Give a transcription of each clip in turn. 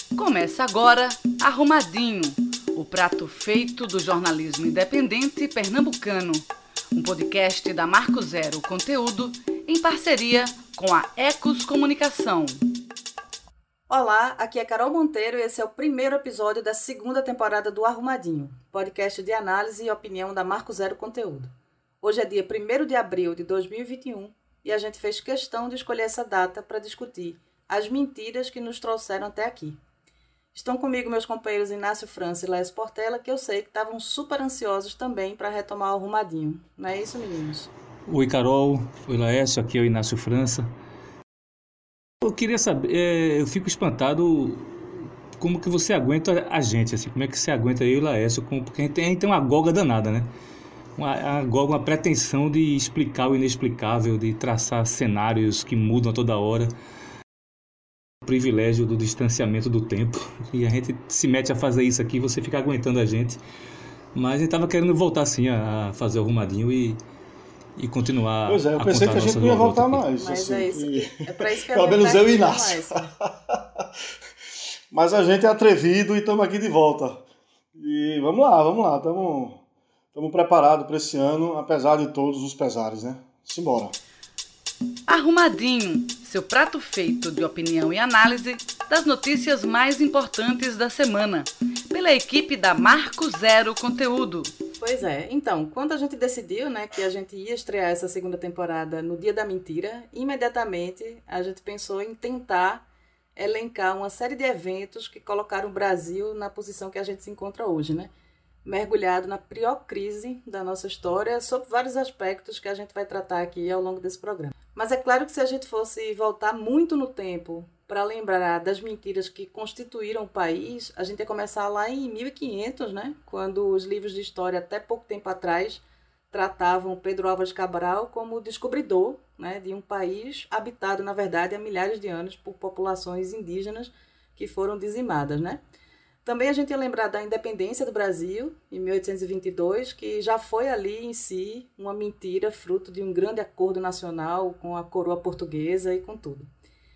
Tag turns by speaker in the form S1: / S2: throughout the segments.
S1: Começa agora Arrumadinho, o prato feito do jornalismo independente pernambucano. Um podcast da Marco Zero Conteúdo em parceria com a Ecos Comunicação.
S2: Olá, aqui é Carol Monteiro e esse é o primeiro episódio da segunda temporada do Arrumadinho, podcast de análise e opinião da Marco Zero Conteúdo. Hoje é dia 1º de abril de 2021 e a gente fez questão de escolher essa data para discutir as mentiras que nos trouxeram até aqui. Estão comigo meus companheiros Inácio França e Laércio Portela, que eu sei que estavam super ansiosos também para retomar o Arrumadinho. Não é isso, meninos?
S3: Oi, Carol. Oi, Laércio. Aqui é o Inácio França. Eu queria saber, eu fico espantado como que você aguenta a gente, assim, como é que você aguenta eu e o Laércio, porque a gente tem uma goga danada, né? Uma pretensão de explicar o inexplicável, de traçar cenários que mudam a toda hora. O privilégio do distanciamento do tempo, e a gente se mete a fazer isso aqui, você fica aguentando a gente. Mas a gente estava querendo voltar assim a fazer o Arrumadinho e continuar.
S4: Pois é, eu pensei que a gente não ia voltar mais.
S2: Mas
S4: assim,
S2: é isso. É para isso que a
S4: pelo
S2: gente
S4: menos
S2: tá
S4: eu e
S2: aqui,
S4: Inácio. Mas a gente é atrevido e estamos aqui de volta. E vamos lá. Estamos preparados para esse ano, apesar de todos os pesares, né? Simbora.
S1: Arrumadinho, seu prato feito de opinião e análise das notícias mais importantes da semana, pela equipe da Marco Zero Conteúdo.
S2: Pois é, então, quando a gente decidiu, né, que a gente ia estrear essa segunda temporada no Dia da Mentira, imediatamente a gente pensou em tentar elencar uma série de eventos que colocaram o Brasil na posição que a gente se encontra hoje, né? Mergulhado na pior crise da nossa história, sob vários aspectos que a gente vai tratar aqui ao longo desse programa. Mas é claro que se a gente fosse voltar muito no tempo para lembrar das mentiras que constituíram o país, a gente ia começar lá em 1500, né? Quando os livros de história, até pouco tempo atrás, tratavam Pedro Álvares Cabral como descobridor, né, de um país habitado, na verdade, há milhares de anos por populações indígenas que foram dizimadas, né? Também a gente ia lembrar da independência do Brasil, em 1822, que já foi ali em si uma mentira, fruto de um grande acordo nacional com a coroa portuguesa e com tudo.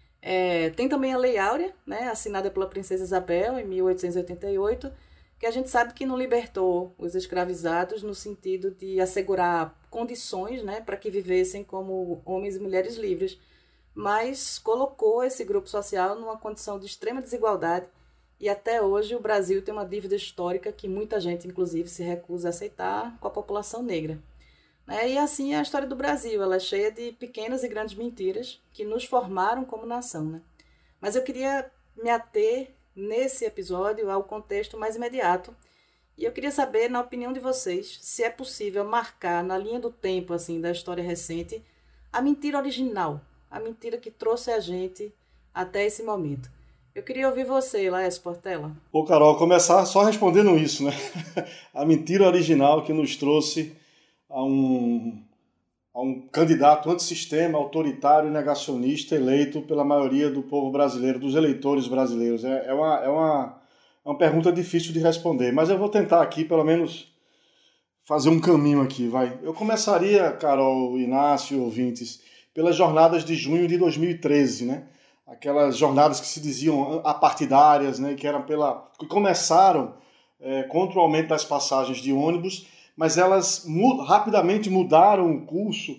S2: Tem também a Lei Áurea, né, assinada pela Princesa Isabel em 1888, que a gente sabe que não libertou os escravizados no sentido de assegurar condições, né, para que vivessem como homens e mulheres livres, mas colocou esse grupo social numa condição de extrema desigualdade. E até hoje o Brasil tem uma dívida histórica que muita gente, inclusive, se recusa a aceitar com a população negra. E assim é a história do Brasil, ela é cheia de pequenas e grandes mentiras que nos formaram como nação, né? Mas eu queria me ater nesse episódio ao contexto mais imediato e eu queria saber, na opinião de vocês, se é possível marcar na linha do tempo assim da história recente a mentira original, a mentira que trouxe a gente até esse momento. Eu queria ouvir você, Laércio Portela.
S4: Ô, Carol, começar só respondendo isso, né? A mentira original que nos trouxe a um candidato antissistema, autoritário e negacionista eleito pela maioria do povo brasileiro, dos eleitores brasileiros. É uma pergunta difícil de responder, mas eu vou tentar aqui, pelo menos, fazer um caminho aqui, vai. Eu começaria, Carol, Inácio, ouvintes, pelas jornadas de junho de 2013, né? Aquelas jornadas que se diziam apartidárias, né, que começaram contra o aumento das passagens de ônibus, mas elas rapidamente mudaram o curso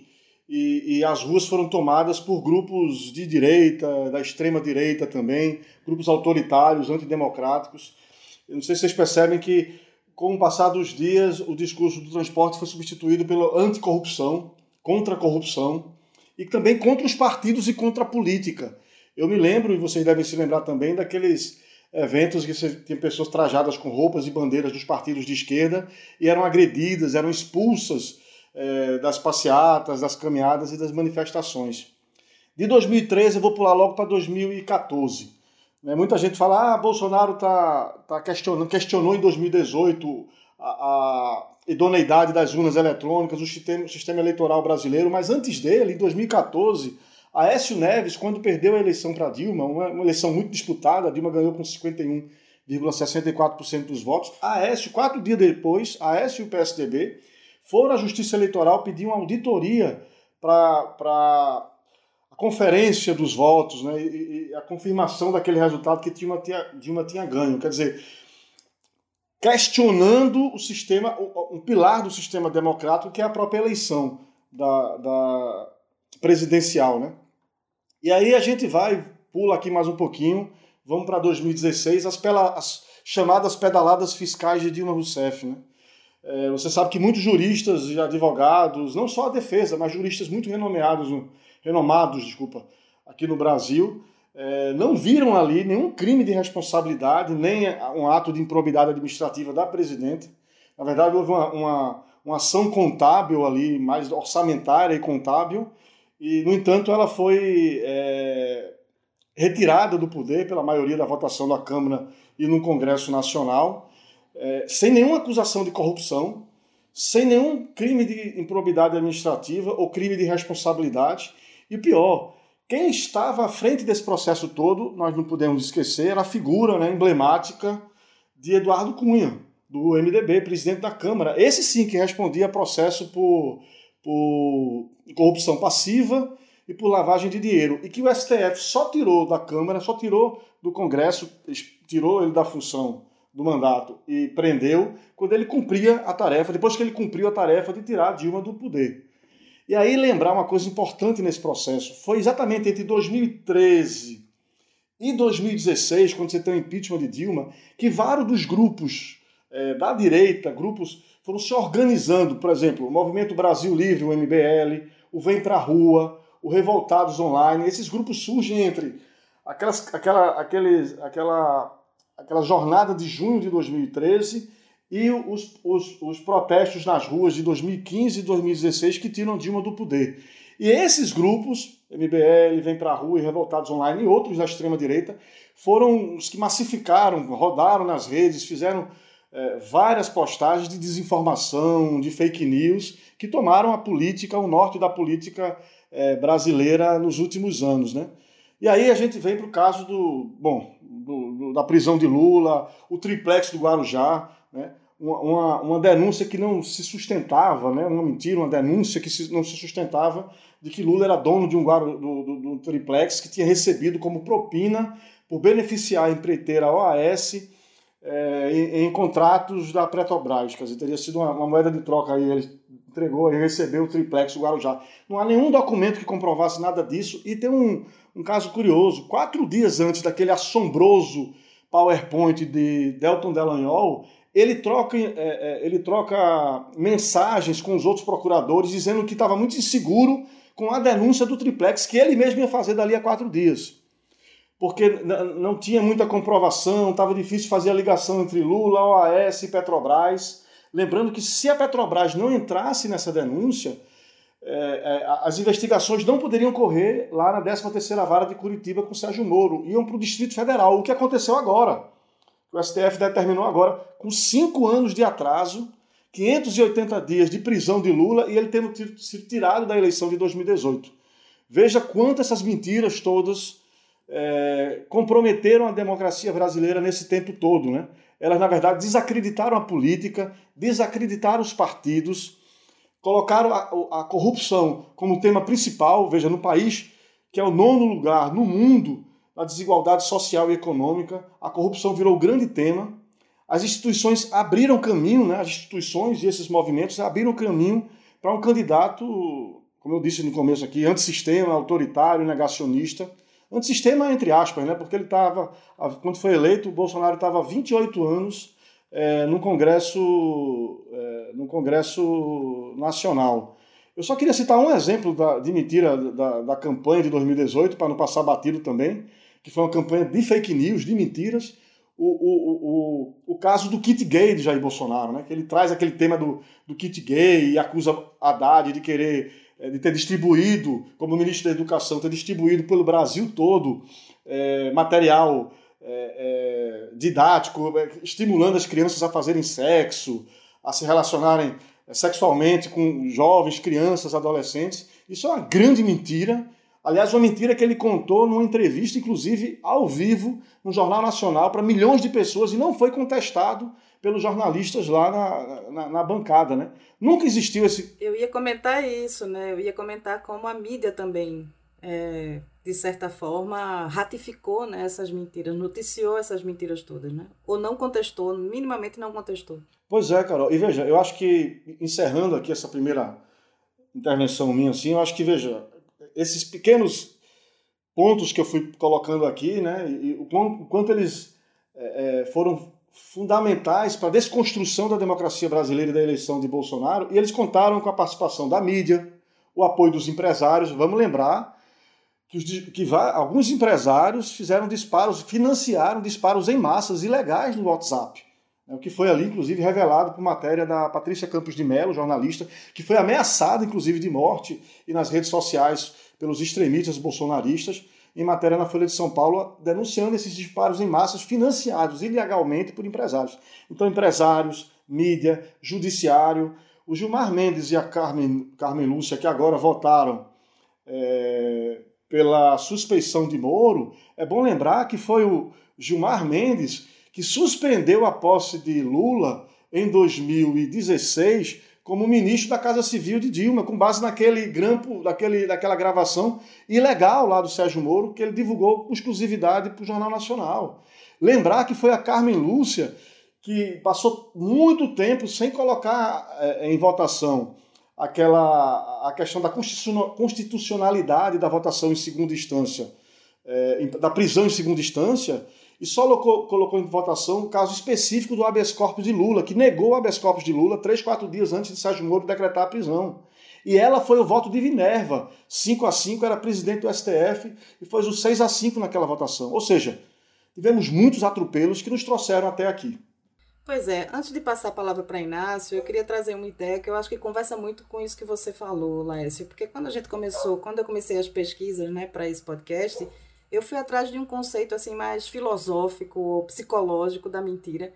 S4: e as ruas foram tomadas por grupos de direita, da extrema-direita também, grupos autoritários, antidemocráticos. Eu não sei se vocês percebem que, com o passar dos dias, o discurso do transporte foi substituído pela anticorrupção, contra a corrupção, e também contra os partidos e contra a política. Eu me lembro, e vocês devem se lembrar também, daqueles eventos que tinha pessoas trajadas com roupas e bandeiras dos partidos de esquerda e eram agredidas, eram expulsas das passeatas, das caminhadas e das manifestações. De 2013 eu vou pular logo para 2014. Muita gente fala, Bolsonaro questionou em 2018 a idoneidade das urnas eletrônicas, o sistema eleitoral brasileiro, mas antes dele, em 2014... Aécio Neves, quando perdeu a eleição para Dilma, uma eleição muito disputada, a Dilma ganhou com 51,64% dos votos, Aécio, 4 dias depois, Aécio e o PSDB foram à Justiça Eleitoral pedir uma auditoria para conferência dos votos, né, e a confirmação daquele resultado que Dilma tinha ganho. Quer dizer, questionando o sistema, um pilar do sistema democrático, que é a própria eleição da presidencial, né? E aí a gente pula aqui mais um pouquinho, vamos para 2016, as chamadas pedaladas fiscais de Dilma Rousseff, né? Você sabe que muitos juristas e advogados, não só a defesa, mas juristas muito renomados, aqui no Brasil, não viram ali nenhum crime de responsabilidade, nem um ato de improbidade administrativa da presidente. Na verdade, houve uma ação contábil ali, mais orçamentária e contábil, e, no entanto, ela foi retirada do poder pela maioria da votação da Câmara e no Congresso Nacional, sem nenhuma acusação de corrupção, sem nenhum crime de improbidade administrativa ou crime de responsabilidade. E pior, quem estava à frente desse processo todo, nós não podemos esquecer, era a figura, né, emblemática de Eduardo Cunha, do MDB, presidente da Câmara. Esse sim que respondia a processo por corrupção passiva e por lavagem de dinheiro. E que o STF só tirou da Câmara, só tirou do Congresso, tirou ele da função do mandato e prendeu quando ele cumpria a tarefa, depois que ele cumpriu a tarefa de tirar a Dilma do poder. E aí lembrar uma coisa importante nesse processo, foi exatamente entre 2013 e 2016, quando você tem o impeachment de Dilma, que vários dos grupos da direita, foram se organizando, por exemplo, o Movimento Brasil Livre, o MBL, o Vem Pra Rua, o Revoltados Online. Esses grupos surgem entre aquela jornada de junho de 2013 e os protestos nas ruas de 2015 e 2016 que tiram Dilma do poder. E esses grupos, MBL, Vem Pra Rua e Revoltados Online e outros da extrema-direita, foram os que massificaram, rodaram nas redes, fizeram várias postagens de desinformação, de fake news, que tomaram a política, o norte da política brasileira nos últimos anos, né? E aí a gente vem para o caso da prisão de Lula, o triplex do Guarujá, né? Uma denúncia que não se sustentava, né? Uma mentira, uma denúncia que não se sustentava de que Lula era dono de do triplex que tinha recebido como propina por beneficiar a empreiteira OAS em contratos da Petrobras. Quer dizer, teria sido uma moeda de troca aí, ele entregou e recebeu o triplex do Guarujá. Não há nenhum documento que comprovasse nada disso, e tem um caso curioso. 4 dias antes daquele assombroso PowerPoint de Deltan Dallagnol, ele troca mensagens com os outros procuradores dizendo que estava muito inseguro com a denúncia do triplex que ele mesmo ia fazer dali a 4 dias. Porque não tinha muita comprovação, estava difícil fazer a ligação entre Lula, OAS e Petrobras. Lembrando que se a Petrobras não entrasse nessa denúncia, as investigações não poderiam correr lá na 13ª Vara de Curitiba com Sérgio Moro, iam para o Distrito Federal, o que aconteceu agora. O STF determinou agora, com 5 anos de atraso, 580 dias de prisão de Lula e ele tendo sido tirado da eleição de 2018. Veja quanto essas mentiras todas comprometeram a democracia brasileira nesse tempo todo, né? Elas, na verdade, desacreditaram a política, desacreditaram os partidos, colocaram a corrupção como tema principal. Veja, no país que é o 9º lugar no mundo na desigualdade social e econômica, a corrupção virou o grande tema. As instituições abriram caminho, né? As instituições e esses movimentos abriram caminho para um candidato, como eu disse no começo aqui, antissistema, autoritário, negacionista. Antissistema, entre aspas, né? Porque ele estava, quando foi eleito, o Bolsonaro estava há 28 anos no Congresso Nacional. Eu só queria citar um exemplo de mentira da campanha de 2018, para não passar batido também, que foi uma campanha de fake news, de mentiras, o caso do kit gay de Jair Bolsonaro, né? Que ele traz aquele tema do kit gay e acusa Haddad de ter distribuído, como ministro da Educação, ter distribuído pelo Brasil todo material didático, estimulando as crianças a fazerem sexo, a se relacionarem sexualmente com jovens, crianças, adolescentes. Isso é uma grande mentira. Aliás, uma mentira que ele contou numa entrevista, inclusive ao vivo, no Jornal Nacional, para milhões de pessoas, e não foi contestado pelos jornalistas lá na bancada, né? Nunca existiu esse...
S2: Eu ia comentar isso, né? Eu ia comentar como a mídia também de certa forma, ratificou, né, essas mentiras, noticiou essas mentiras todas, né? Ou não contestou, minimamente não contestou.
S4: Pois é, Carol. E veja, eu acho que, encerrando aqui essa primeira intervenção minha, assim, eu acho que, veja, esses pequenos pontos que eu fui colocando aqui, né, e o quanto eles foram fundamentais para a desconstrução da democracia brasileira e da eleição de Bolsonaro, e eles contaram com a participação da mídia, o apoio dos empresários. Vamos lembrar que alguns empresários financiaram disparos em massas ilegais no WhatsApp, o que foi ali, inclusive, revelado por matéria da Patrícia Campos de Mello, jornalista, que foi ameaçada, inclusive, de morte e nas redes sociais pelos extremistas bolsonaristas, em matéria na Folha de São Paulo, denunciando esses disparos em massas financiados ilegalmente por empresários. Então, empresários, mídia, judiciário, o Gilmar Mendes e a Carmen Lúcia, que agora votaram pela suspeição de Moro, é bom lembrar que foi o Gilmar Mendes que suspendeu a posse de Lula em 2016 como ministro da Casa Civil de Dilma, com base daquela gravação ilegal lá do Sérgio Moro, que ele divulgou com exclusividade para o Jornal Nacional. Lembrar que foi a Carmen Lúcia que passou muito tempo sem colocar em votação a questão da constitucionalidade da votação em segunda instância, da prisão em segunda instância, e só colocou em votação o caso específico do habeas corpus de Lula, que negou o habeas corpus de Lula 3-4 dias antes de Sérgio Moro decretar a prisão. E ela foi o voto de Minerva. 5-5 era presidente do STF e foi o 6-5 naquela votação. Ou seja, tivemos muitos atropelos que nos trouxeram até aqui.
S2: Pois é, antes de passar a palavra para Inácio, eu queria trazer uma ideia que eu acho que conversa muito com isso que você falou, Laércio, porque quando eu comecei as pesquisas, né, para esse podcast, eu fui atrás de um conceito assim mais filosófico, psicológico da mentira,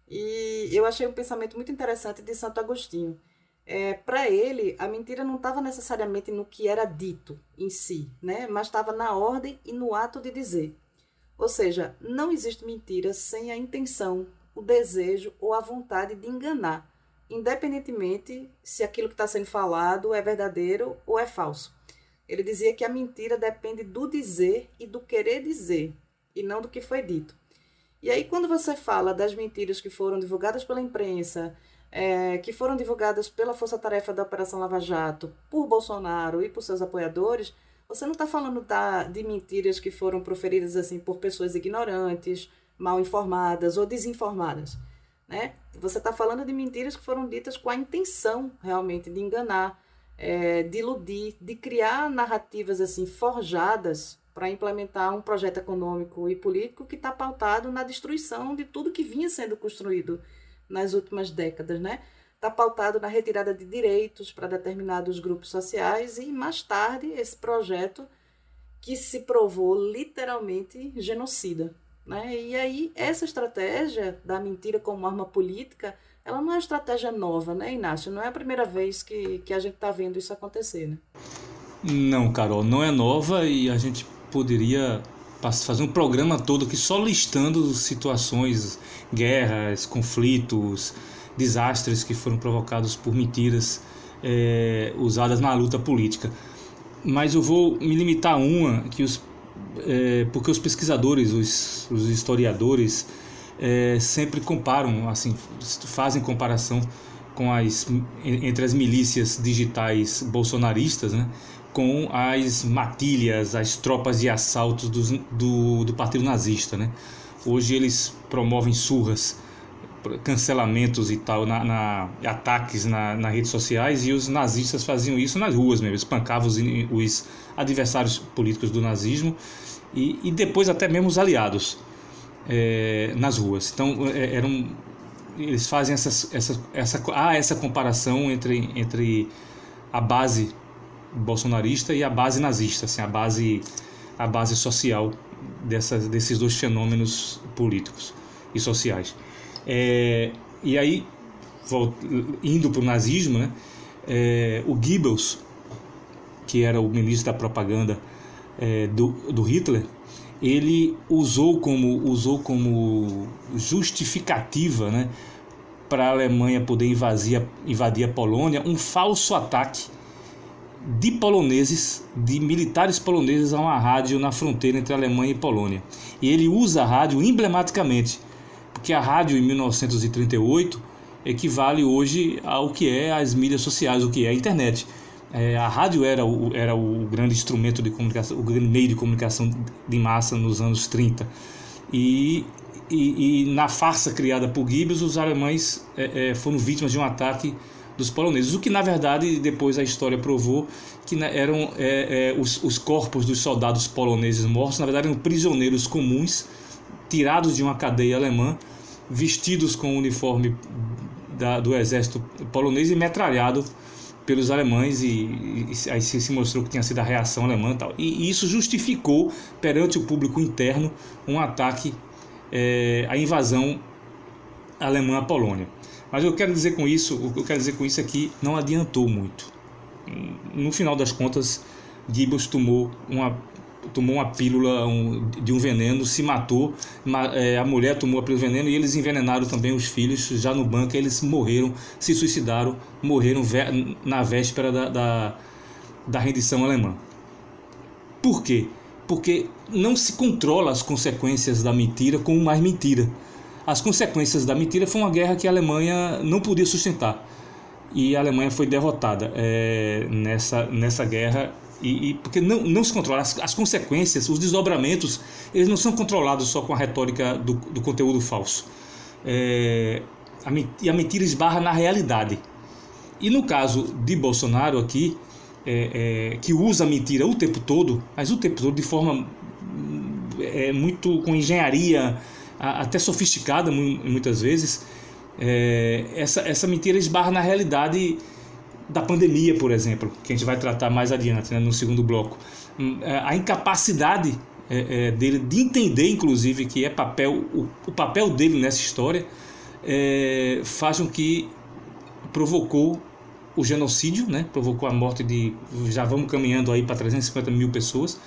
S2: e eu achei um pensamento muito interessante de Santo Agostinho. Para ele, a mentira não estava necessariamente no que era dito em si, né, mas estava na ordem e no ato de dizer. Ou seja, não existe mentira sem a intenção, o desejo ou a vontade de enganar, independentemente se aquilo que está sendo falado é verdadeiro ou é falso. Ele dizia que a mentira depende do dizer e do querer dizer, e não do que foi dito. E aí, quando você fala das mentiras que foram divulgadas pela imprensa, que foram divulgadas pela Força-Tarefa da Operação Lava Jato, por Bolsonaro e por seus apoiadores, você não está falando de mentiras que foram proferidas assim por pessoas ignorantes, mal informadas ou desinformadas, né? Você está falando de mentiras que foram ditas com a intenção realmente de enganar, de iludir, de criar narrativas assim forjadas para implementar um projeto econômico e político que está pautado na destruição de tudo que vinha sendo construído nas últimas décadas, né? Está pautado na retirada de direitos para determinados grupos sociais e, mais tarde, esse projeto que se provou literalmente genocida, né? E aí, essa estratégia da mentira como arma política, ela não é uma estratégia nova, né, Inácio? Não é a primeira vez que a gente está vendo isso acontecer, né?
S3: Não, Carol, não é nova e a gente poderia fazer um programa todo aqui só listando situações, guerras, conflitos, desastres que foram provocados por mentiras usadas na luta política. Mas eu vou me limitar a uma que porque os pesquisadores, os historiadores sempre comparam, assim, fazem comparação entre as milícias digitais bolsonaristas, né, com as matilhas, as tropas de assaltos do Partido Nazista, né? Hoje eles promovem surras, cancelamentos e tal, ataques nas redes sociais, e os nazistas faziam isso nas ruas mesmo, espancavam os adversários políticos do nazismo e depois até mesmo os aliados nas ruas. Então eles fazem essa comparação entre a base bolsonarista e a base nazista, assim, a base social desses dois fenômenos políticos e sociais. E aí, indo para o nazismo, né, o Goebbels, que era o ministro da propaganda do Hitler, ele usou como justificativa, né, para a Alemanha poder invadir a Polônia um falso ataque de militares poloneses a uma rádio na fronteira entre Alemanha e Polônia. E ele usa a rádio emblematicamente, porque a rádio em 1938 equivale hoje ao que é as mídias sociais, o que é a internet. A rádio era o grande instrumento de comunicação, o grande meio de comunicação de massa nos anos 30. E na farsa criada por Goebbels, os alemães foram vítimas de um ataque dos poloneses, o que na verdade depois a história provou que eram os corpos dos soldados poloneses mortos, na verdade eram prisioneiros comuns, tirados de uma cadeia alemã, vestidos com o uniforme do exército polonês e metralhado pelos alemães, e aí se mostrou que tinha sido a reação alemã e tal. E isso justificou perante o público interno um ataque, a invasão alemã à Polônia. Mas o que eu quero dizer com isso é que não adiantou muito. No final das contas, Goebbels tomou uma pílula de um veneno, se matou, a mulher tomou a pílula de veneno e eles envenenaram também os filhos já no bunker. Eles morreram, se suicidaram, morreram na véspera da rendição alemã. Por quê? Porque não se controla as consequências da mentira com mais mentira. As consequências da mentira foi uma guerra que a Alemanha não podia sustentar. E a Alemanha foi derrotada nessa guerra. Porque não se controla. As consequências, os desdobramentos, eles não são controlados só com a retórica do conteúdo falso. E a mentira esbarra na realidade. E no caso de Bolsonaro aqui, que usa a mentira o tempo todo, mas o tempo todo de forma muito com engenharia, até sofisticada muitas vezes, essa mentira esbarra na realidade da pandemia, por exemplo, que a gente vai tratar mais adiante, né, no segundo bloco. A incapacidade dele de entender, inclusive, que o papel dele nessa história faz com que provocou o genocídio, né, provocou a morte já vamos caminhando aí para 350 mil pessoas,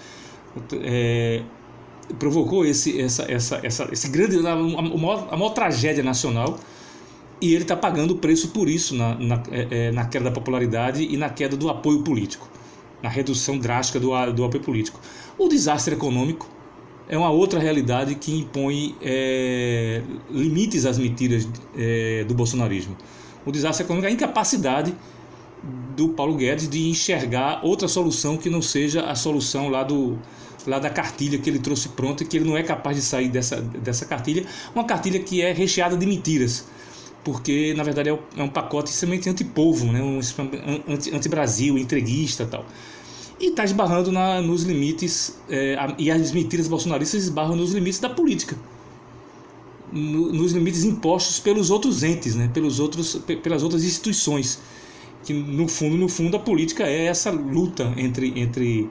S3: provocou esse grande, a maior tragédia nacional, e ele está pagando o preço por isso na queda da popularidade e na queda do apoio político, na redução drástica do apoio político. O desastre econômico é uma outra realidade que impõe limites às mentiras do bolsonarismo. O desastre econômico é a incapacidade do Paulo Guedes de enxergar outra solução que não seja a solução lá da cartilha que ele trouxe pronta, e que ele não é capaz de sair dessa cartilha, uma cartilha que é recheada de mentiras, porque na verdade é um pacote extremamente antipovo, né? Anti-Brasil, entreguista e tal. E está esbarrando nos limites, e as mentiras bolsonaristas esbarram nos limites da política, nos limites impostos pelos outros entes, né? Pelas outras instituições, que no fundo a política é essa luta entre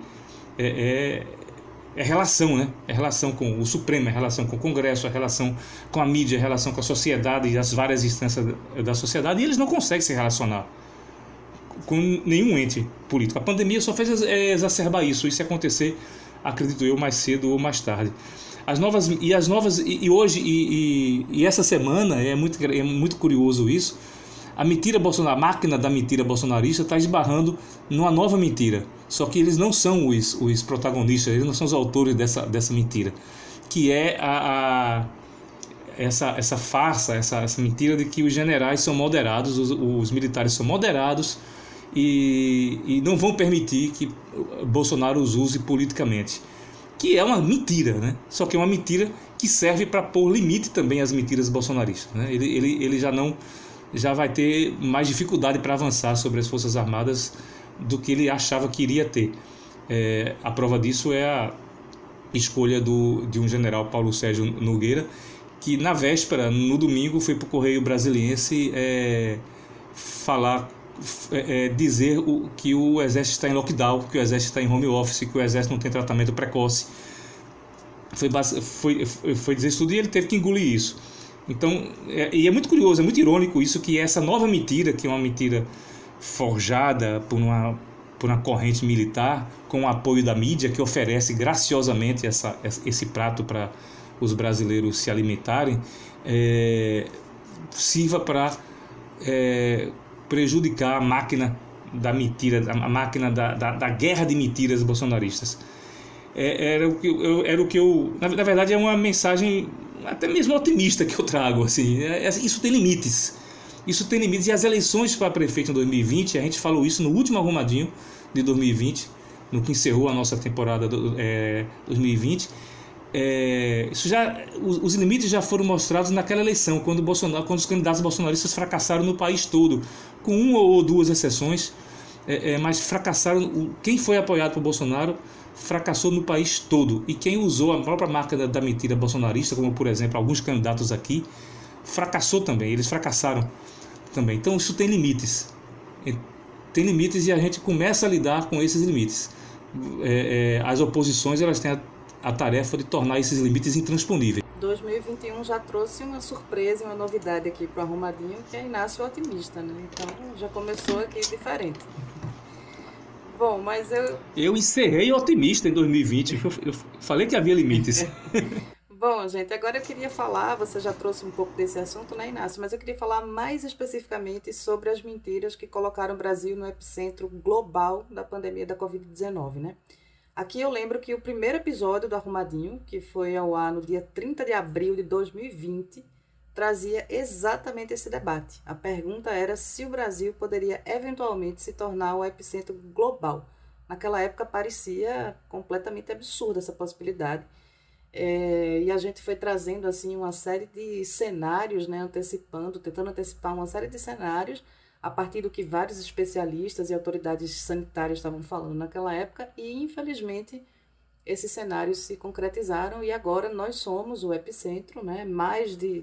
S3: relação, né? É relação com o Supremo, é relação com o Congresso, é relação com a mídia, é relação com a sociedade e as várias instâncias da sociedade, e eles não conseguem se relacionar com nenhum ente político. A pandemia só fez exacerbar isso acontecer, acredito eu, mais cedo ou mais tarde. Hoje essa semana é muito curioso isso. A máquina da mentira bolsonarista está esbarrando numa nova mentira. Só que eles não são os protagonistas, eles não são os autores dessa mentira. Que é essa farsa, essa mentira de que os generais são moderados, os militares são moderados e não vão permitir que Bolsonaro os use politicamente. Que é uma mentira, né? Só que é uma mentira que serve para pôr limite também às mentiras bolsonaristas, né? Ele já vai ter mais dificuldade para avançar sobre as Forças Armadas do que ele achava que iria ter. A prova disso é a escolha de um general, Paulo Sérgio Nogueira, que na véspera, no domingo, foi para o Correio Brasiliense dizer que o Exército está em lockdown, que o Exército está em home office, que o Exército não tem tratamento precoce. Foi dizer isso tudo e ele teve que engolir isso. Então, e é muito curioso, é muito irônico isso, que essa nova mentira, que é uma mentira forjada por uma corrente militar, com o apoio da mídia, que oferece graciosamente esse prato para os brasileiros se alimentarem, sirva para prejudicar a máquina da mentira, a máquina da guerra de mentiras bolsonaristas. Era o que eu na verdade é uma mensagem até mesmo otimista que eu trago, assim. Isso tem limites. Isso tem limites. E as eleições para prefeito em 2020, a gente falou isso no último Arrumadinho de 2020, no que encerrou a nossa temporada 2020. Os limites já foram mostrados naquela eleição, quando os candidatos bolsonaristas fracassaram no país todo, com uma ou duas exceções, mas fracassaram. Quem foi apoiado por Bolsonaro fracassou no país todo, e quem usou a própria marca da mentira bolsonarista, como por exemplo alguns candidatos aqui, fracassou também, eles fracassaram também. Então isso tem limites, e a gente começa a lidar com esses limites. As oposições, elas têm a tarefa de tornar esses limites intransponíveis.
S2: 2021 já trouxe uma surpresa, uma novidade aqui para o Arrumadinho, que é Inácio otimista, né? Então já começou aqui diferente. Bom, mas
S3: eu encerrei otimista em 2020, eu falei que havia limites.
S2: Bom, gente, agora eu queria falar, você já trouxe um pouco desse assunto, né, Inácio? Mas eu queria falar mais especificamente sobre as mentiras que colocaram o Brasil no epicentro global da pandemia da Covid-19, né? Aqui eu lembro que o primeiro episódio do Arrumadinho, que foi ao ar no dia 30 de abril de 2020, trazia exatamente esse debate. A pergunta era se o Brasil poderia eventualmente se tornar o epicentro global. Naquela época parecia completamente absurda essa possibilidade. E a gente foi trazendo assim uma série de cenários, né, tentando antecipar uma série de cenários a partir do que vários especialistas e autoridades sanitárias estavam falando naquela época, e infelizmente esses cenários se concretizaram e agora nós somos o epicentro, né? Mais de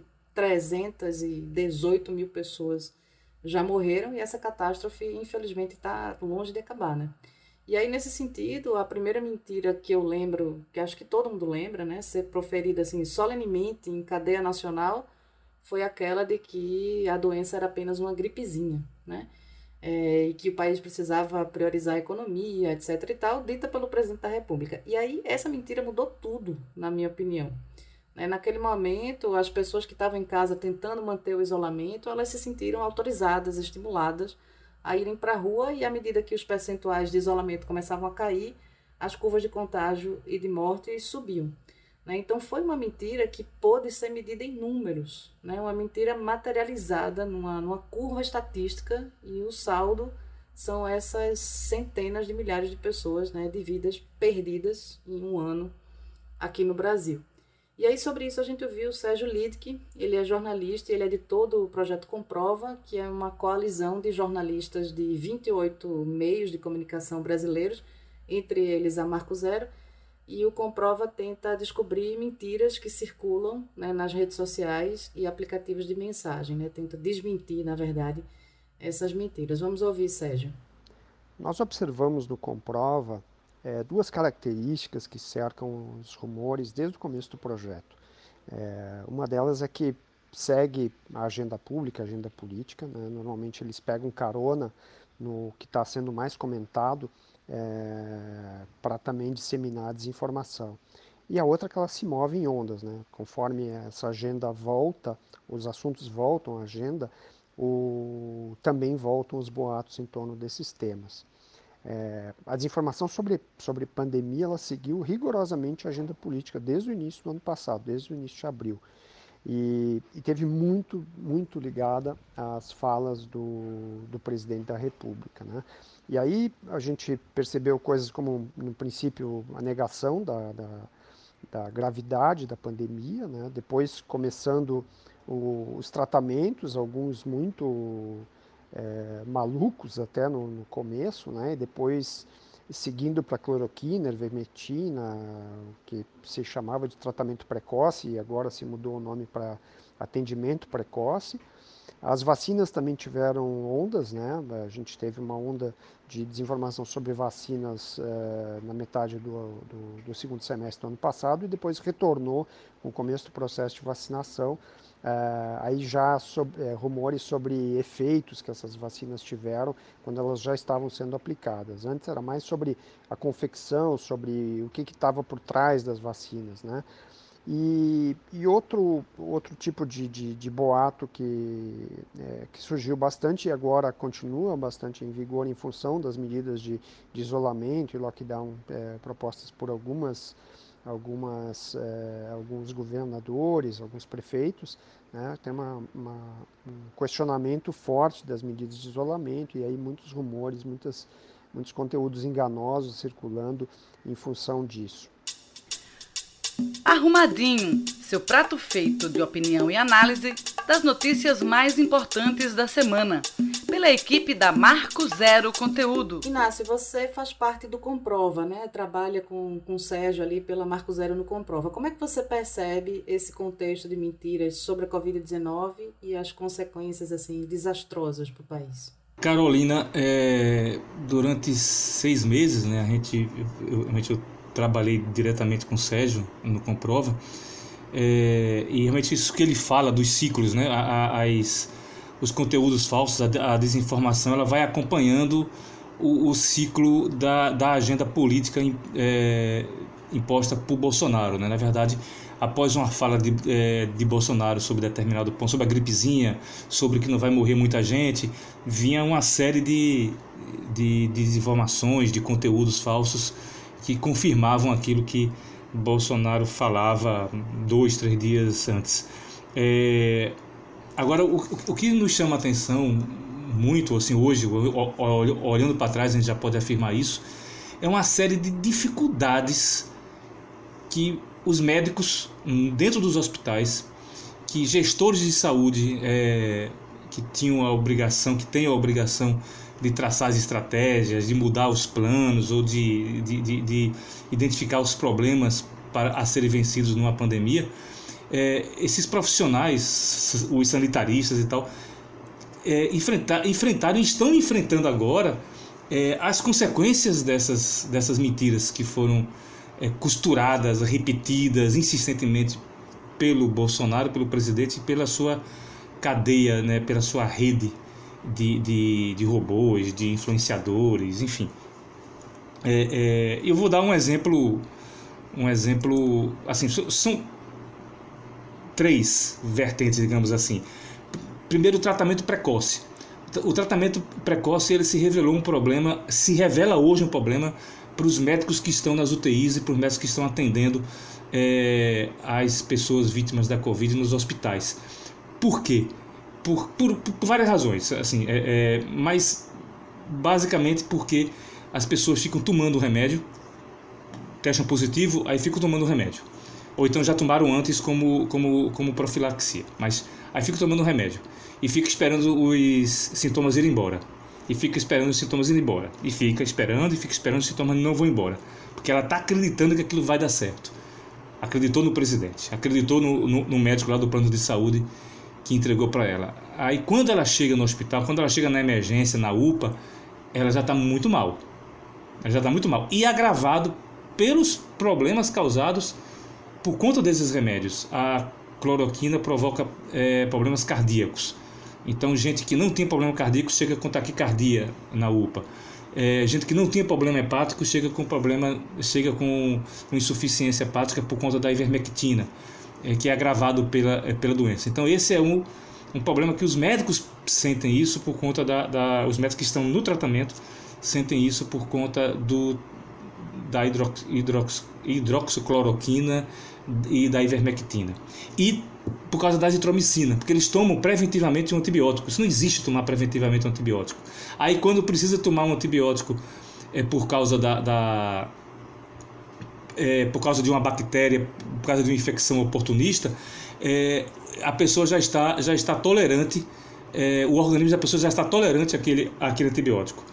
S2: 318 mil pessoas já morreram e essa catástrofe infelizmente está longe de acabar, né? E aí, nesse sentido, a primeira mentira que eu lembro, que acho que todo mundo lembra, né, ser proferida assim, solenemente em cadeia nacional, foi aquela de que a doença era apenas uma gripezinha, né? E que o país precisava priorizar a economia, etc. e tal, dita pelo presidente da República. E aí, essa mentira mudou tudo, na minha opinião. Naquele momento, as pessoas que estavam em casa tentando manter o isolamento, elas se sentiram autorizadas, estimuladas a irem para a rua, e à medida que os percentuais de isolamento começavam a cair, as curvas de contágio e de morte subiam. Então foi uma mentira que pôde ser medida em números, uma mentira materializada numa curva estatística, e o saldo são essas centenas de milhares de pessoas, de vidas perdidas em um ano aqui no Brasil. E aí, sobre isso, a gente ouviu o Sérgio Lidke, ele é jornalista, ele é editor do Projeto Comprova, que é uma coalizão de jornalistas de 28 meios de comunicação brasileiros, entre eles a Marco Zero, e o Comprova tenta descobrir mentiras que circulam, nas redes sociais e aplicativos de mensagem, tenta desmentir, na verdade, essas mentiras. Vamos ouvir, Sérgio.
S5: Nós observamos no Comprova duas características que cercam os rumores desde o começo do projeto. Uma delas é que segue a agenda pública, a agenda política, Normalmente eles pegam carona no que está sendo mais comentado para também disseminar desinformação. E a outra é que ela se move em ondas, Conforme essa agenda volta, os assuntos voltam à agenda, também voltam os boatos em torno desses temas. A desinformação sobre pandemia, ela seguiu rigorosamente a agenda política desde o início do ano passado, desde o início de abril. E teve muito ligada às falas do presidente da República, E aí a gente percebeu coisas como, no princípio, a negação da gravidade da pandemia, Depois começando os tratamentos, alguns muito malucos até no começo, E depois seguindo para cloroquina, ivermectina, que se chamava de tratamento precoce e agora se mudou o nome para atendimento precoce. As vacinas também tiveram ondas, A gente teve uma onda de desinformação sobre vacinas na metade do segundo semestre do ano passado, e depois retornou com o começo do processo de vacinação. Aí já rumores sobre efeitos que essas vacinas tiveram quando elas já estavam sendo aplicadas. Antes era mais sobre a confecção, sobre o que estava por trás das vacinas, E outro tipo de boato que surgiu bastante e agora continua bastante em vigor em função das medidas de isolamento e lockdown propostas por alguns governadores, alguns prefeitos, né? Tem um questionamento forte das medidas de isolamento e aí muitos rumores, muitos conteúdos enganosos circulando em função disso.
S1: Arrumadinho, seu prato feito de opinião e análise das notícias mais importantes da semana, pela equipe da Marco Zero Conteúdo.
S2: Inácio, você faz parte do Comprova, né? Trabalha com o Sérgio ali pela Marco Zero no Comprova. Como é que você percebe esse contexto de mentiras sobre a Covid-19 e as consequências assim desastrosas para o país?
S3: Carolina, durante 6 meses, né, eu trabalhei diretamente com o Sérgio no Comprova, e realmente isso que ele fala dos ciclos, né, os conteúdos falsos, a desinformação, ela vai acompanhando o ciclo da agenda política imposta por Bolsonaro, né? Na verdade, após uma fala de Bolsonaro sobre determinado ponto, sobre a gripezinha, sobre que não vai morrer muita gente, vinha uma série de desinformações, de conteúdos falsos que confirmavam aquilo que Bolsonaro falava 2, 3 dias antes. Agora, o que nos chama a atenção muito, assim, hoje, olhando para trás, a gente já pode afirmar isso, é uma série de dificuldades que os médicos dentro dos hospitais, que gestores de saúde que têm a obrigação de traçar as estratégias, de mudar os planos ou de identificar os problemas a serem vencidos numa pandemia, esses profissionais, os sanitaristas e tal, enfrentaram e estão enfrentando agora as consequências dessas mentiras que foram costuradas, repetidas insistentemente pelo Bolsonaro, pelo presidente, e pela sua cadeia, né, pela sua rede de robôs, de influenciadores, enfim. Eu vou dar um exemplo, assim, são 3 vertentes, digamos assim. Primeiro, o tratamento precoce. O tratamento precoce, ele se revela hoje um problema para os médicos que estão nas UTIs e para os médicos que estão atendendo as pessoas vítimas da Covid nos hospitais. Por quê? Por várias razões, assim, mas basicamente porque as pessoas ficam tomando o remédio, testam positivo, aí ficam tomando o remédio. Ou então já tomaram antes como profilaxia, mas aí ficam tomando o remédio e fica esperando os sintomas irem embora. E fica esperando os sintomas irem embora. E fica esperando os sintomas não vão embora. Porque ela está acreditando que aquilo vai dar certo. Acreditou no presidente, acreditou no médico lá do plano de saúde que entregou para ela. Aí quando ela chega no hospital, quando ela chega na emergência, na UPA, ela já está muito mal. E agravado pelos problemas causados por conta desses remédios. A cloroquina provoca problemas cardíacos. Então, gente que não tem problema cardíaco chega com taquicardia na UPA. Gente que não tem problema hepático chega com insuficiência hepática por conta da ivermectina, que é agravado pela doença. Então, esse é um problema que os médicos sentem isso por conta os médicos que estão no tratamento sentem isso por conta da hidroxicloroquina e da ivermectina. E por causa da azitromicina, porque eles tomam preventivamente um antibiótico. Isso não existe tomar preventivamente um antibiótico. Aí quando precisa tomar um antibiótico por causa por causa de uma bactéria, por causa de uma infecção oportunista, a pessoa já está tolerante, o organismo da pessoa já está tolerante àquele antibiótico.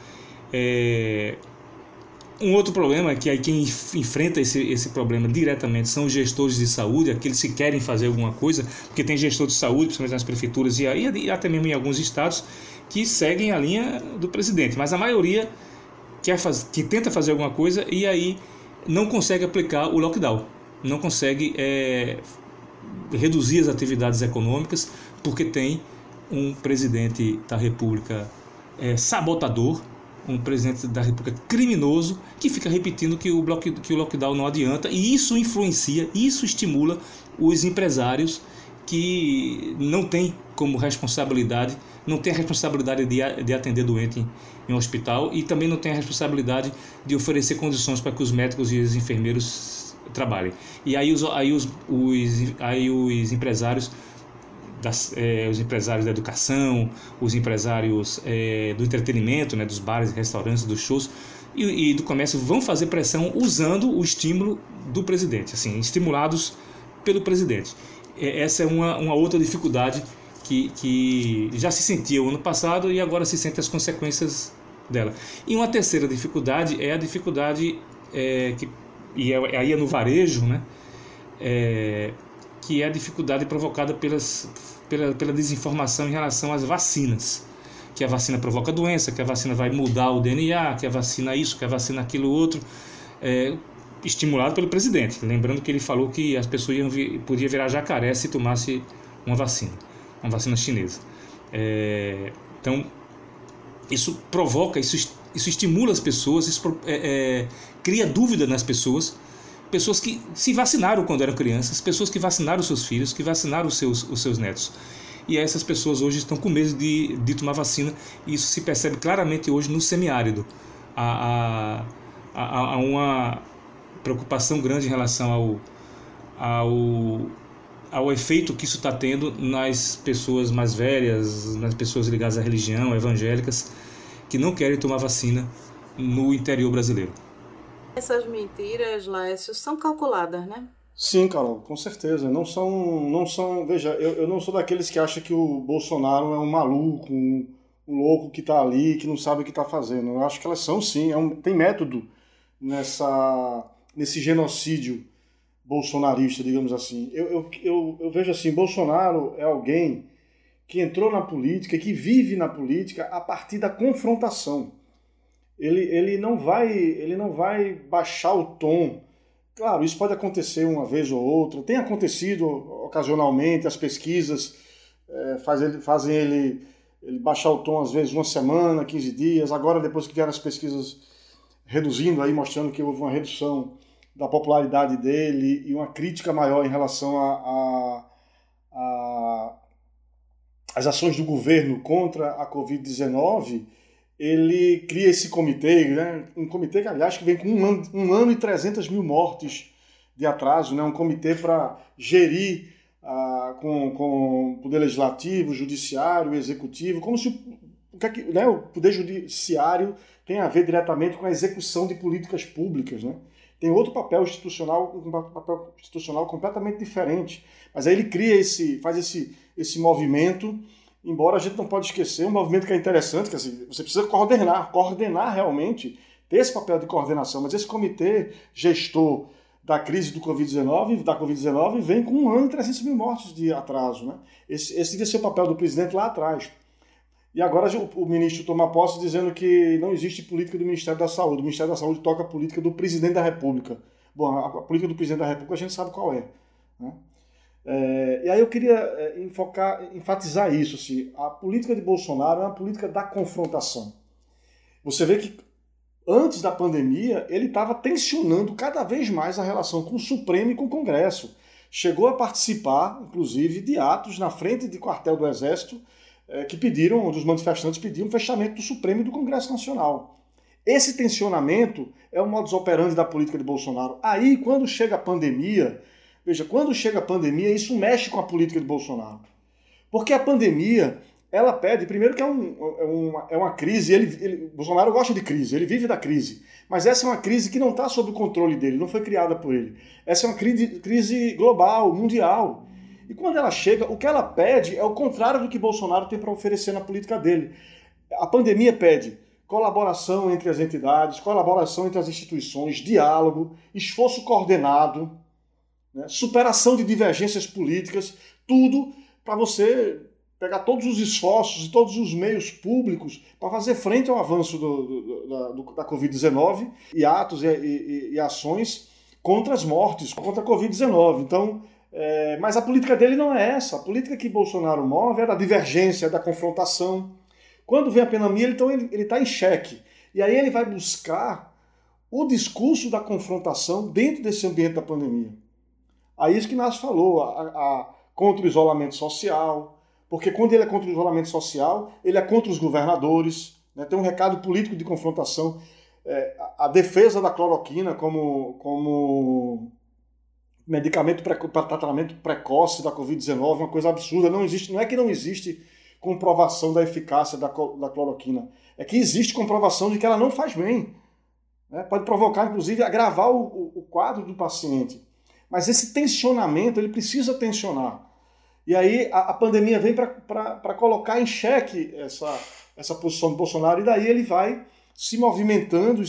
S3: Um outro problema é que aí quem enfrenta esse problema diretamente são os gestores de saúde, aqueles que querem fazer alguma coisa, porque tem gestor de saúde, principalmente nas prefeituras e até mesmo em alguns estados, que seguem a linha do presidente, mas a maioria que tenta fazer alguma coisa e aí não consegue aplicar o lockdown, não consegue reduzir as atividades econômicas, porque tem um presidente da República sabotador, um presidente da República criminoso que fica repetindo que o lockdown não adianta, e isso influencia, isso estimula os empresários que não têm como responsabilidade, não tem a responsabilidade de atender doente em um hospital, e também não tem a responsabilidade de oferecer condições para que os médicos e os enfermeiros trabalhem. E aí os empresários os empresários da educação, os empresários do entretenimento, né, dos bares, restaurantes, dos shows e do comércio vão fazer pressão usando o estímulo do presidente, assim, estimulados pelo presidente. Essa é uma outra dificuldade que já se sentia o ano passado e agora se sente as consequências dela. E uma terceira dificuldade é a dificuldade aí é no varejo, né? Que é a dificuldade provocada pela desinformação em relação às vacinas. Que a vacina provoca doença, que a vacina vai mudar o DNA, que a vacina isso, que a vacina aquilo outro, estimulado pelo presidente. Lembrando que ele falou que as pessoas podiam virar jacaré se tomasse uma vacina chinesa. Então, isso provoca, isso estimula as pessoas, isso cria dúvida nas pessoas que se vacinaram quando eram crianças, pessoas que vacinaram seus filhos, que vacinaram os seus netos. E essas pessoas hoje estão com medo de tomar vacina, e isso se percebe claramente hoje no semiárido. Há uma preocupação grande em relação ao efeito que isso está tendo nas pessoas mais velhas, nas pessoas ligadas à religião, evangélicas, que não querem tomar vacina no interior brasileiro.
S2: Essas mentiras, Laércio, são calculadas, né?
S4: Sim, Carol, com certeza. Não são. Veja, eu não sou daqueles que acham que o Bolsonaro é um maluco, um louco que está ali, que não sabe o que está fazendo. Eu acho que elas são, sim. Tem método nesse genocídio bolsonarista, digamos assim. Eu vejo assim, Bolsonaro é alguém que entrou na política, que vive na política a partir da confrontação. Ele não vai baixar o tom. Claro, isso pode acontecer uma vez ou outra. Tem acontecido ocasionalmente, as pesquisas fazem ele baixar o tom às vezes uma semana, 15 dias. Agora, depois que vieram as pesquisas reduzindo, aí, mostrando que houve uma redução da popularidade dele e uma crítica maior em relação às ações do governo contra a Covid-19, ele cria esse comitê, né? Um comitê que, aliás, que vem com um ano e 300 mil mortes de atraso, né? Um comitê para gerir com o Poder Legislativo, Judiciário, Executivo, como se o Poder Judiciário tem a ver diretamente com a execução de políticas públicas, né? Tem outro papel institucional, um papel institucional completamente diferente. Mas aí ele faz esse movimento. Embora a gente não pode esquecer, um movimento que é interessante, que assim, você precisa coordenar realmente, ter esse papel de coordenação, mas esse comitê gestor da crise do Covid-19 vem com 1 ano e 300 mil mortes de atraso, né? Esse devia ser o papel do presidente lá atrás. E agora o ministro toma posse dizendo que não existe política do Ministério da Saúde. O Ministério da Saúde toca a política do presidente da República. Bom, a política do presidente da República a gente sabe qual é, né? E aí eu queria enfatizar isso, assim, a política de Bolsonaro é uma política da confrontação. Você vê que antes da pandemia ele estava tensionando cada vez mais a relação com o Supremo e com o Congresso. Chegou a participar, inclusive, de atos na frente de quartel do Exército onde os manifestantes pediam o fechamento do Supremo e do Congresso Nacional. Esse tensionamento é o modus operandi da política de Bolsonaro. Aí, quando chega a pandemia, isso mexe com a política de Bolsonaro. Porque a pandemia, ela pede, primeiro que é uma crise, Bolsonaro gosta de crise, ele vive da crise. Mas essa é uma crise que não está sob o controle dele, não foi criada por ele. Essa é uma crise global, mundial. E quando ela chega, o que ela pede é o contrário do que Bolsonaro tem para oferecer na política dele. A pandemia pede colaboração entre as entidades, colaboração entre as instituições, diálogo, esforço coordenado, né, superação de divergências políticas, tudo para você pegar todos os esforços e todos os meios públicos para fazer frente ao avanço da Covid-19 e atos e ações contra as mortes, contra a Covid-19. Então, mas a política dele não é essa. A política que Bolsonaro move é da divergência, da confrontação. Quando vem a pandemia, ele está em xeque. E aí ele vai buscar o discurso da confrontação dentro desse ambiente da pandemia. Aí isso que Inácio falou, contra o isolamento social, porque quando ele é contra o isolamento social, ele é contra os governadores, né? Tem um recado político de confrontação. A defesa da cloroquina como medicamento para tratamento precoce da Covid-19 é uma coisa absurda. Não é que não existe comprovação da eficácia da cloroquina, é que existe comprovação de que ela não faz bem. Né? Pode provocar, inclusive, agravar o quadro do paciente. Mas esse tensionamento, ele precisa tensionar. E aí a pandemia vem para colocar em xeque essa posição do Bolsonaro, e daí ele vai se movimentando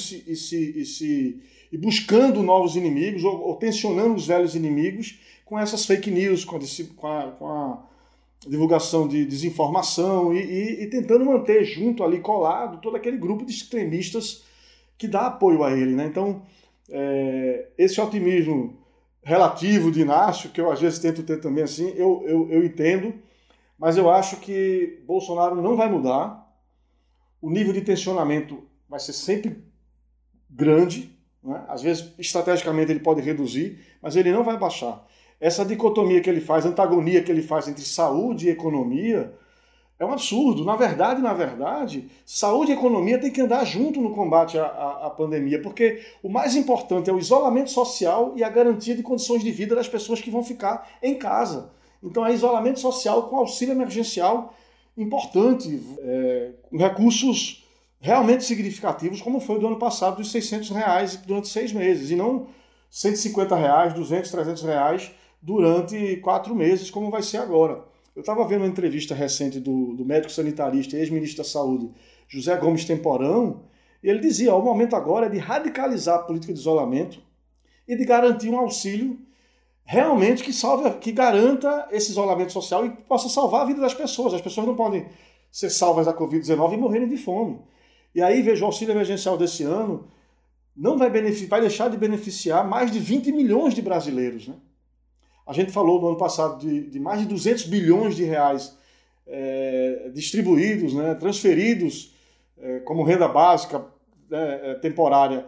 S4: e buscando novos inimigos, ou tensionando os velhos inimigos com essas fake news, com a divulgação de desinformação e tentando manter junto ali, colado, todo aquele grupo de extremistas que dá apoio a ele. Né? Então, esse otimismo relativo de Inácio, que eu às vezes tento ter também assim, eu entendo, mas eu acho que Bolsonaro não vai mudar, o nível de tensionamento vai ser sempre grande, né? Às vezes estrategicamente ele pode reduzir, mas ele não vai baixar. Essa dicotomia que ele faz, antagonia que ele faz entre saúde e economia, é um absurdo. Na verdade, saúde e economia têm que andar junto no combate à pandemia, porque o mais importante é o isolamento social e a garantia de condições de vida das pessoas que vão ficar em casa. Então é isolamento social com auxílio emergencial importante, com recursos realmente significativos, como foi do ano passado, dos R$600 durante 6 meses, e não R$150, R$200, R$300 durante 4 meses, como vai ser agora. Eu estava vendo uma entrevista recente do médico sanitarista e ex-ministro da Saúde, José Gomes Temporão, e ele dizia, o momento agora é de radicalizar a política de isolamento e de garantir um auxílio realmente que garanta esse isolamento social e possa salvar a vida das pessoas. As pessoas não podem ser salvas da Covid-19 e morrerem de fome. E aí, veja, o auxílio emergencial desse ano não vai deixar de beneficiar mais de 20 milhões de brasileiros, né? A gente falou no ano passado de mais de 200 bilhões de reais distribuídos, né, transferidos como renda básica temporária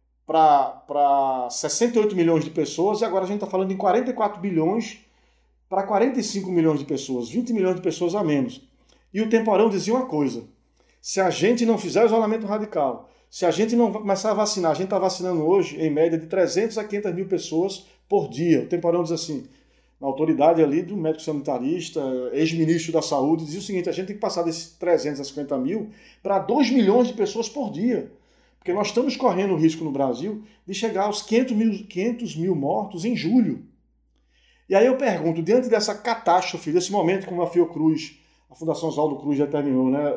S4: para 68 milhões de pessoas, e agora a gente está falando em 44 bilhões para 45 milhões de pessoas, 20 milhões de pessoas a menos. E o Temporão dizia uma coisa, se a gente não fizer o isolamento radical, se a gente não começar a vacinar, a gente está vacinando hoje, em média, de 300 a 500 mil pessoas por dia. O Temporão diz assim, na autoridade ali do médico sanitarista, ex-ministro da Saúde, dizia o seguinte, a gente tem que passar desses 300 a 50 mil para 2 milhões de pessoas por dia. Porque nós estamos correndo o risco no Brasil de chegar aos 500 mil mortos em julho. E aí eu pergunto, diante dessa catástrofe, desse momento como a Fiocruz, a Fundação Oswaldo Cruz determinou, né,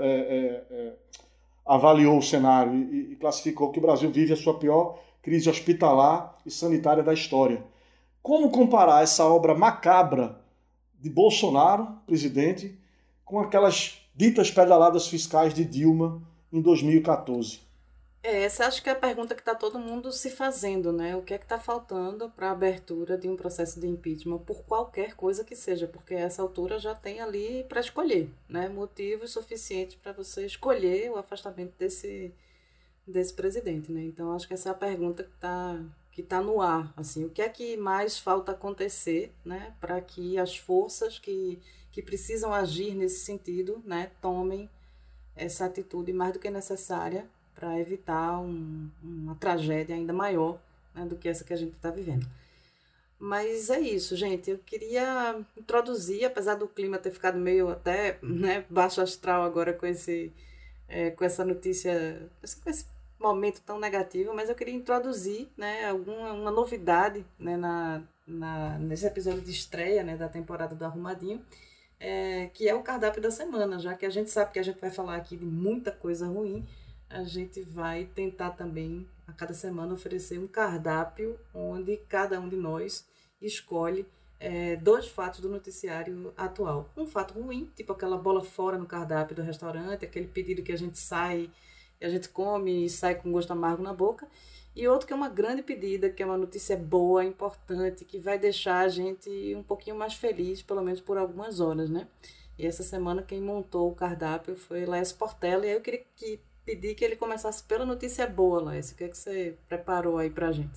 S4: avaliou o cenário e classificou que o Brasil vive a sua pior crise hospitalar e sanitária da história. Como comparar essa obra macabra de Bolsonaro, presidente, com aquelas ditas pedaladas fiscais de Dilma em 2014?
S2: Essa acho que é a pergunta que está todo mundo se fazendo, né? O que é que está faltando para a abertura de um processo de impeachment por qualquer coisa que seja, porque a essa altura já tem ali para escolher, né? Motivos suficientes para você escolher o afastamento desse presidente, né? Então acho que essa é a pergunta que tá no ar, assim, o que é que mais falta acontecer, né? Para que as forças que precisam agir nesse sentido, né? Tomem essa atitude mais do que necessária para evitar uma tragédia ainda maior, né, do que essa que a gente está vivendo. Mas é isso, gente. Eu queria introduzir, apesar do clima ter ficado meio até, né, baixo astral agora com essa notícia, com esse momento tão negativo, mas eu queria introduzir, né, uma novidade, né, nesse episódio de estreia, né, da temporada do Arrumadinho, que é o cardápio da semana, já que a gente sabe que a gente vai falar aqui de muita coisa ruim. A gente vai tentar também, a cada semana, oferecer um cardápio onde cada um de nós escolhe 2 fatos do noticiário atual. Um fato ruim, tipo aquela bola fora no cardápio do restaurante, aquele pedido que a gente come e sai com gosto amargo na boca. E outro que é uma grande pedida, que é uma notícia boa, importante, que vai deixar a gente um pouquinho mais feliz, pelo menos por algumas horas, né? E essa semana quem montou o cardápio foi Laércio Portela, e aí eu queria que pedir que ele começasse pela notícia boa, Laércio. O que é que você preparou aí pra gente?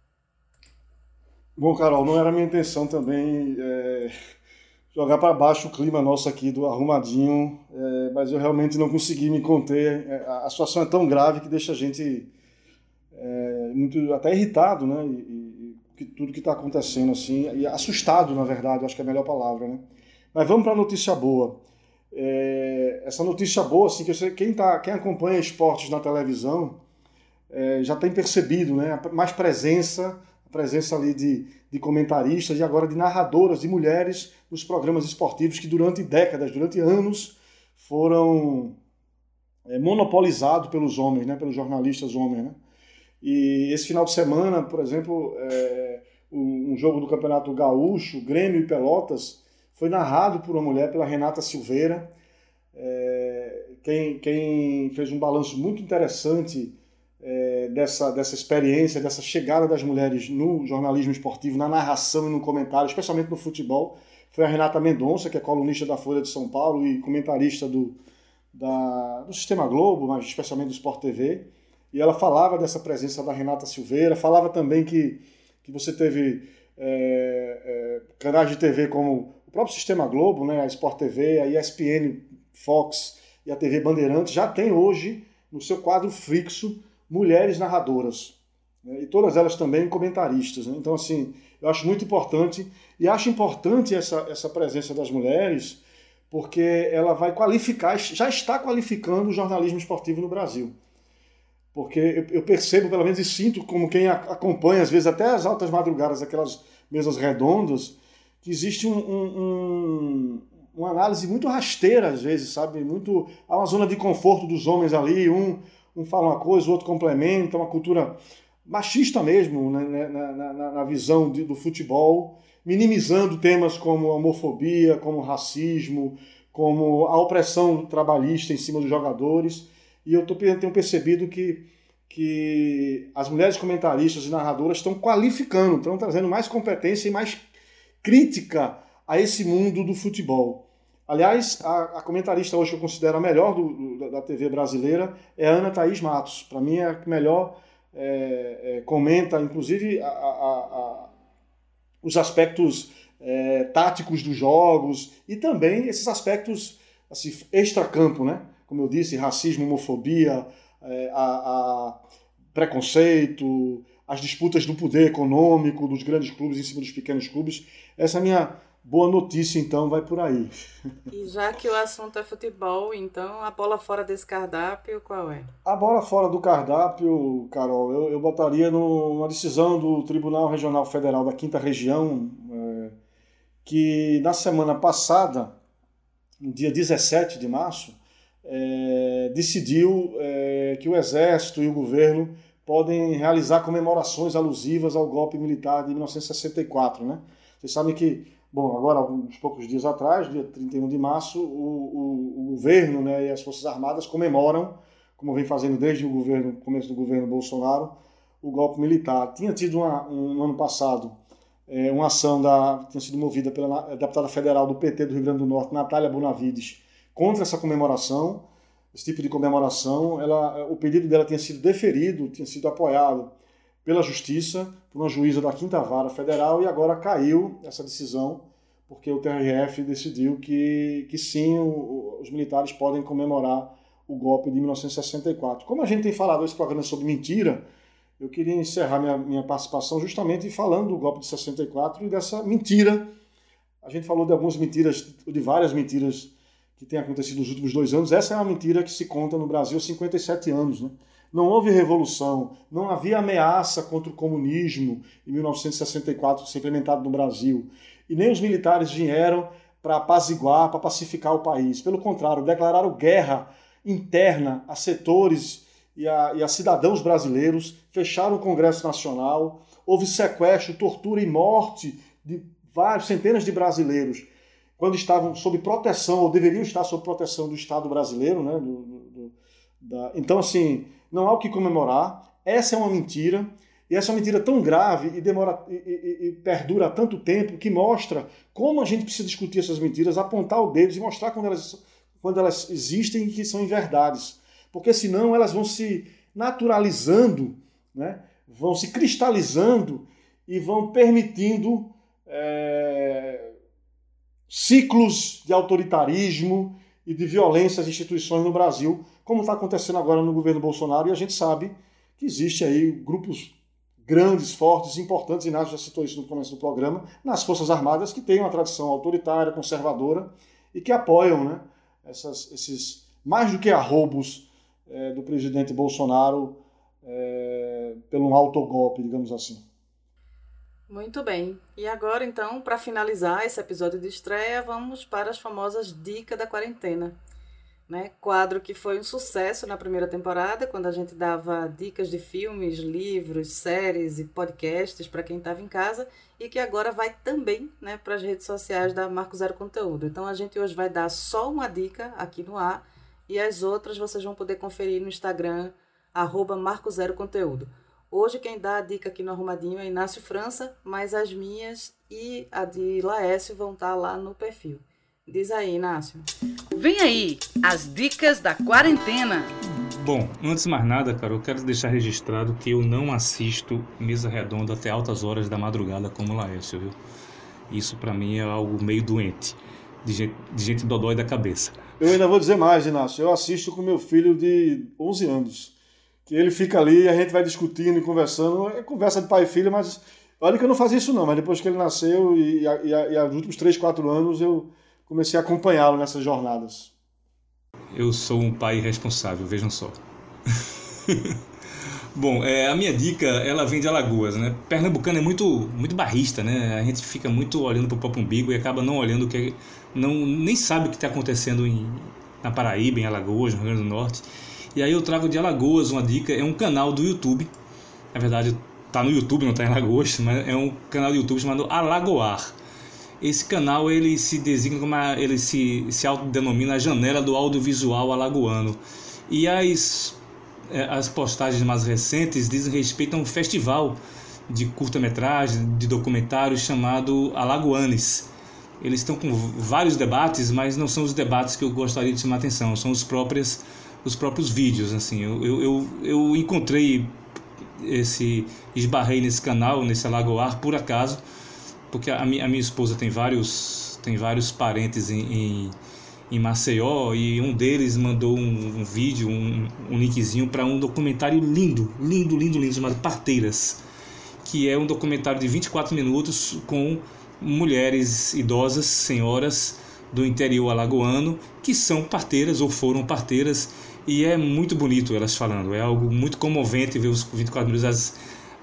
S4: Bom, Carol, não era a minha intenção também jogar para baixo o clima nosso aqui do Arrumadinho, mas eu realmente não consegui me conter. A situação é tão grave que deixa a gente muito até irritado, né? Tudo que está acontecendo assim, e assustado, na verdade, acho que é a melhor palavra, né? Mas vamos para a notícia boa. Essa notícia boa, assim, que eu sei, quem acompanha esportes na televisão já tem percebido, né? Mais presença ali de comentaristas e agora de narradoras, de mulheres nos programas esportivos que durante décadas, durante anos, foram monopolizados pelos homens, né? Pelos jornalistas homens, né? E esse final de semana, por exemplo, um jogo do Campeonato Gaúcho, Grêmio e Pelotas, foi narrado por uma mulher, pela Renata Silveira, quem fez um balanço muito interessante dessa experiência, dessa chegada das mulheres no jornalismo esportivo, na narração e no comentário, especialmente no futebol, foi a Renata Mendonça, que é colunista da Folha de São Paulo e comentarista do Sistema Globo, mas especialmente do Sport TV. E ela falava dessa presença da Renata Silveira, falava também que você teve canais de TV como o próprio Sistema Globo, né, a Sport TV, a ESPN, Fox e a TV Bandeirantes, já tem hoje no seu quadro fixo mulheres narradoras, né, e todas elas também comentaristas, né? Então, assim, eu acho muito importante, e acho importante essa presença das mulheres, porque ela vai qualificar, já está qualificando o jornalismo esportivo no Brasil. Porque eu percebo, pelo menos, e sinto como quem acompanha, às vezes, até as altas madrugadas, aquelas mesas redondas, que existe uma análise muito rasteira, às vezes, sabe? Há uma zona de conforto dos homens ali, um fala uma coisa, o outro complementa, uma cultura machista mesmo, né, na visão do futebol, minimizando temas como homofobia, como racismo, como a opressão trabalhista em cima dos jogadores. E eu tenho percebido que as mulheres comentaristas e narradoras estão qualificando, estão trazendo mais competência e mais crítica a esse mundo do futebol. Aliás, a comentarista hoje que eu considero a melhor da TV brasileira é a Ana Thaís Matos. Para mim é a que melhor comenta, inclusive, os aspectos táticos dos jogos e também esses aspectos assim, extracampo, né? Como eu disse, racismo, homofobia, preconceito, as disputas do poder econômico dos grandes clubes em cima dos pequenos clubes. Essa é a minha boa notícia, então, vai por aí.
S2: E já que o assunto é futebol, então, a bola fora desse cardápio, qual é?
S4: A bola fora do cardápio, Carol, eu botaria numa decisão do Tribunal Regional Federal da 5ª Região, que na semana passada, no dia 17 de março, decidiu que o Exército e o governo podem realizar comemorações alusivas ao golpe militar de 1964, né? Vocês sabem que, bom, agora, uns poucos dias atrás, dia 31 de março, o governo, né, e as Forças Armadas comemoram, como vem fazendo desde o começo do governo Bolsonaro, o golpe militar. Tinha tido no ano passado uma ação tinha sido movida pela deputada federal do PT do Rio Grande do Norte, Natália Bonavides, contra essa comemoração, esse tipo de comemoração. O pedido dela tinha sido deferido, tinha sido apoiado pela Justiça, por uma juíza da 5ª Vara Federal, e agora caiu essa decisão, porque o TRF decidiu que sim, os militares podem comemorar o golpe de 1964. Como a gente tem falado nesse programa sobre mentira, eu queria encerrar minha participação justamente falando do golpe de 64 e dessa mentira. A gente falou de algumas mentiras, de várias mentiras que têm acontecido nos últimos 2 anos. Essa é uma mentira que se conta no Brasil há 57 anos, né? Não houve revolução, não havia ameaça contra o comunismo em 1964 ser implementado no Brasil. E nem os militares vieram para apaziguar, para pacificar o país. Pelo contrário, declararam guerra interna a setores e a cidadãos brasileiros, fecharam o Congresso Nacional, houve sequestro, tortura e morte de centenas de brasileiros quando estavam sob proteção, ou deveriam estar sob proteção do Estado brasileiro, né? Então, assim, não há o que comemorar. Essa é uma mentira, e essa é uma mentira tão grave e perdura há tanto tempo, que mostra como a gente precisa discutir essas mentiras, apontar o dedo e mostrar quando elas existem e que são inverdades. porque senão elas vão se naturalizando, né? Vão se cristalizando e vão permitindo ciclos de autoritarismo e de violência às instituições no Brasil, como está acontecendo agora no governo Bolsonaro, e a gente sabe que existe aí grupos grandes, fortes, importantes, e Inácio já citou isso no começo do programa, nas Forças Armadas, que têm uma tradição autoritária, conservadora, e que apoiam, né, esses mais do que arroubos do presidente Bolsonaro pelo autogolpe, digamos assim.
S2: Muito bem. E agora, então, para finalizar esse episódio de estreia, vamos para as famosas Dicas da Quarentena. Né? Quadro que foi um sucesso na primeira temporada, quando a gente dava dicas de filmes, livros, séries e podcasts para quem estava em casa, e que agora vai também, né, para as redes sociais da Marco Zero Conteúdo. Então a gente hoje vai dar só uma dica aqui no ar, e as outras vocês vão poder conferir no Instagram, @Marco Zero Conteúdo. Hoje quem dá a dica aqui no Arrumadinho é Inácio França, mas as minhas e a de Laércio vão estar lá no perfil. Diz aí, Inácio.
S1: Vem aí, as dicas da quarentena.
S3: Bom, antes de mais nada, cara, eu quero deixar registrado que eu não assisto mesa redonda até altas horas da madrugada como o Laércio, viu? Isso pra mim é algo meio doente, de gente dodói da cabeça.
S4: Eu ainda vou dizer mais, Inácio, eu assisto com meu filho de 11 anos, que ele fica ali e a gente vai discutindo e conversando, é conversa de pai e filho, mas olha que eu não fazia isso não, mas depois que ele nasceu e os últimos 3, 4 anos eu comecei a acompanhá-lo nessas jornadas.
S3: Eu sou um pai irresponsável, vejam só. Bom, a minha dica, ela vem de Alagoas, né? Pernambucano é muito barrista, né? A gente fica muito olhando para o próprio umbigo e acaba não olhando nem sabe o que está acontecendo na Paraíba, em Alagoas, no Rio Grande do Norte. E aí eu trago de Alagoas uma dica, é um canal do YouTube, na verdade está no YouTube, não está em Alagoas, mas é um canal do YouTube chamado Alagoar. Esse canal ele se designa como ele se autodenomina a janela do audiovisual alagoano. E as postagens mais recentes dizem respeito a um festival de curta-metragem, de documentários chamado Alagoanes. Eles estão com vários debates, mas não são os debates que eu gostaria de chamar a atenção, são os próprios vídeos. Assim, eu encontrei esbarrei nesse canal, nesse Alagoar, por acaso, porque a minha esposa tem vários parentes em Maceió, e um deles mandou um vídeo, um linkzinho para um documentário lindo, chamado Parteiras, que é um documentário de 24 minutos com mulheres idosas, senhoras do interior alagoano, que são parteiras ou foram parteiras, e é muito bonito elas falando, é algo muito comovente ver os 24 minutos.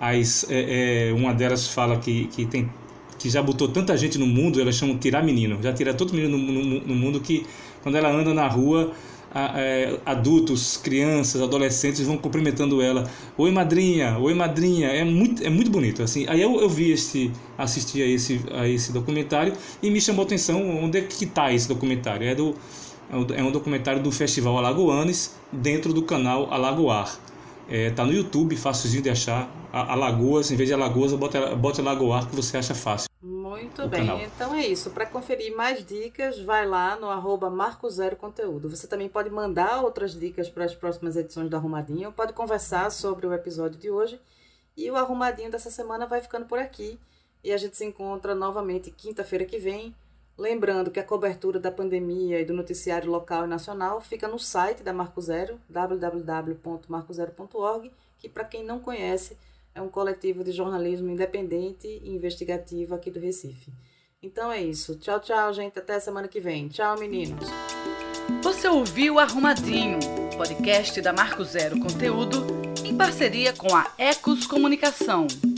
S3: Uma delas fala que já botou tanta gente no mundo, elas chamam de tirar menino, já tira todo menino no mundo, que quando ela anda na rua, adultos, crianças, adolescentes vão cumprimentando ela, oi madrinha, é muito bonito, assim. Aí eu assisti a esse documentário e me chamou a atenção onde é que está esse documentário. É um documentário do Festival Alagoanes, dentro do canal Alagoar. Tá no YouTube, facilzinho de achar. Alagoas, em vez de Alagoas, bote Alagoar, que você acha fácil.
S2: Muito bem, canal. Então é isso. Para conferir mais dicas, vai lá no @Marco Zero Conteúdo. Você também pode mandar outras dicas para as próximas edições do Arrumadinho, pode conversar sobre o episódio de hoje. E o Arrumadinho dessa semana vai ficando por aqui. E a gente se encontra novamente quinta-feira que vem. Lembrando que a cobertura da pandemia e do noticiário local e nacional fica no site da Marco Zero, www.marcozero.org, que, para quem não conhece, é um coletivo de jornalismo independente e investigativo aqui do Recife. Então é isso. Tchau, tchau, gente. Até a semana que vem. Tchau, meninos.
S1: Você ouviu Arrumadinho, podcast da Marco Zero Conteúdo, em parceria com a Ecos Comunicação.